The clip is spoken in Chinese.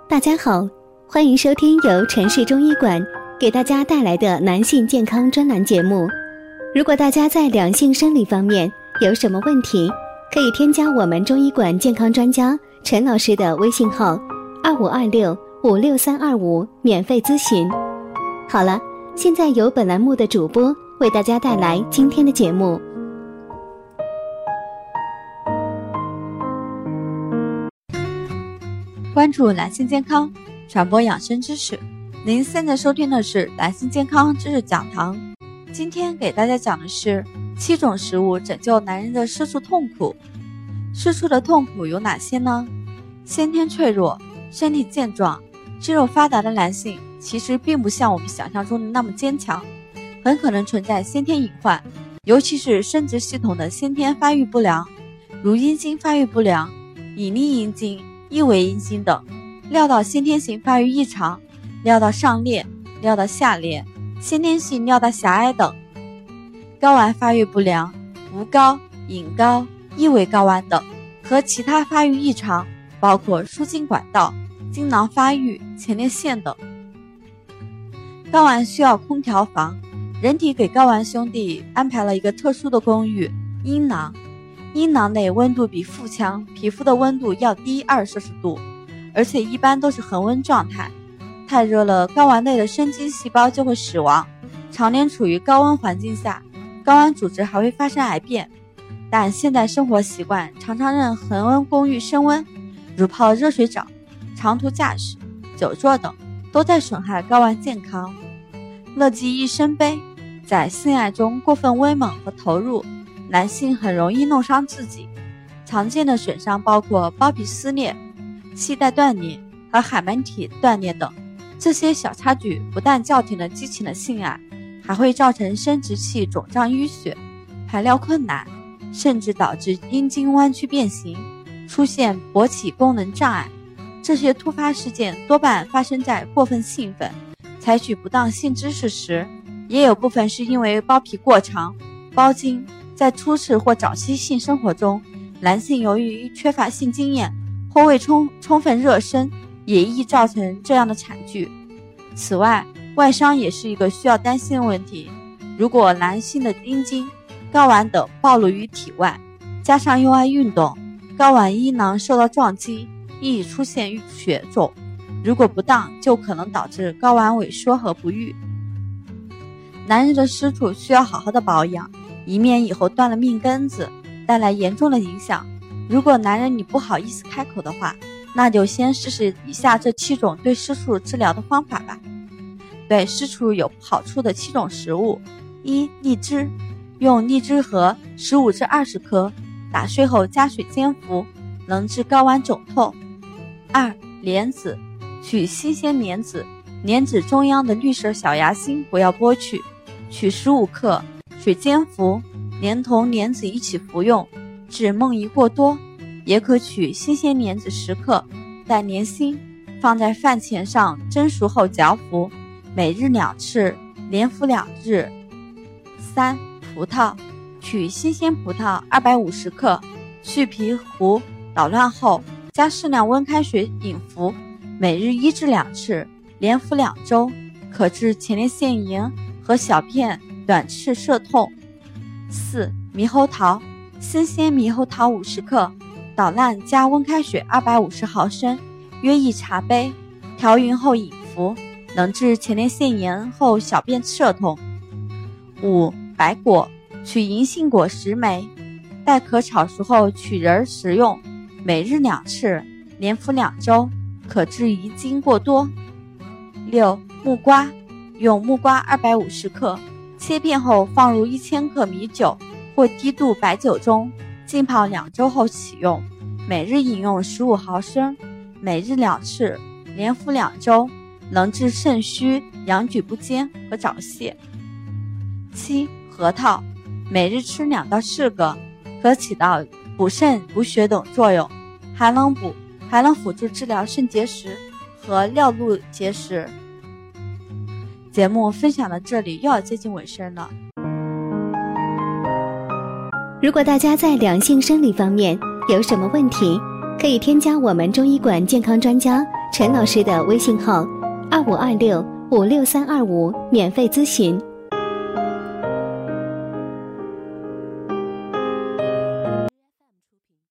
大家好，欢迎收听由城市中医馆给大家带来的男性健康专栏节目。如果大家在两性生理方面有什么问题，可以添加我们中医馆健康专家陈老师的微信号2526-56325免费咨询。好了，现在由本栏目的主播为大家带来今天的节目。 关注男性健康，传播养生知识。您现在收听的是男性健康知识讲堂。今天给大家讲的是7种食物拯救男人的吃醋痛苦。吃醋的痛苦有哪些呢？先天脆弱、身体健壮、肌肉发达的男性其实并不像我们想象中的那么坚强，很可能存在先天隐患，尤其是生殖系统的先天发育不良，如阴茎发育不良、隐匿阴茎、异位阴茎等，尿道先天性发育异常、尿道上裂、尿道下裂、先天性尿道狭隘等，睾丸发育不良、无睾、隐睾、异位睾丸等，和其他发育异常，包括输精管道、精囊发育、前列腺等。睾丸需要空调房，人体给睾丸兄弟安排了一个特殊的公寓——阴囊。阴囊内温度比腹腔、皮肤的温度要低2摄氏度，而且一般都是恒温状态。太热了，睾丸内的生精细胞就会死亡。常年处于高温环境下，睾丸组织还会发生癌变。但现代生活习惯常常让恒温公寓升温，如泡热水澡、长途驾驶、久坐等，都在损害睾丸健康。乐极一生悲，在性爱中过分威猛和投入，男性很容易弄伤自己。常见的损伤包括包皮撕裂、系带断裂和海绵体断裂等。这些小插曲不但叫停了激情的性爱，还会造成生殖器肿胀淤血、排尿困难，甚至导致阴茎弯曲变形，出现勃起功能障碍。这些突发事件多半发生在过分兴奋、采取不当性姿势时，也有部分是因为包皮过长、包茎。在初次或早期性生活中，男性由于缺乏性经验或未充分热身，也易造成这样的惨剧。此外，外伤也是一个需要担心的问题。如果男性的阴茎、睾丸等暴露于体外，加上又爱运动，睾丸阴囊受到撞击，易出现血肿，如果不当，就可能导致睾丸萎缩和不育。男人的私处需要好好的保养，以免以后断了命根子，带来严重的影响。如果男人你不好意思开口的话，那就先试试以下这7种对私处治疗的方法吧。对私处有好处的7种食物： 1. 荔枝，用荔枝核15至20颗，打碎后加水煎服，能治睾丸肿痛。 2. 莲子，取新鲜莲子，莲子中央的绿色小芽心不要剥去，取15克，水煎服，连同莲子一起服用，治梦遗过多。也可取新鲜莲子10克，带莲心，放在饭前上蒸熟后嚼服，每日2次，连服2日。3. 葡萄，取新鲜葡萄250克，去皮糊，捣乱后加适量温开水饮服，每日1至2次，连服2周，可治前列腺炎和小便短次射痛。4. 猕猴桃，新鲜猕猴桃50克，捣烂加温开水250毫升，约1茶杯，调匀后饮服，能治前列腺炎后小便射痛。5. 白果，取银杏果10枚，待可炒熟后取仁食用，每日2次，连服2周，可治遗精过多。6. 木瓜，用木瓜250克，切片后放入1000克米酒或低度白酒中，浸泡2周后启用，每日饮用15毫升，每日2次，连服2周，能治肾虚、阳举不坚和早泄。7. 核桃，每日吃2到4个，可起到补肾补血等作用，还能辅助治疗肾结石和尿路结石。节目分享到这里又要接近尾声了。 如果大家在两性生理方面有什么问题，可以添加我们中医馆健康专家陈老师的微信号2526563325免费咨询。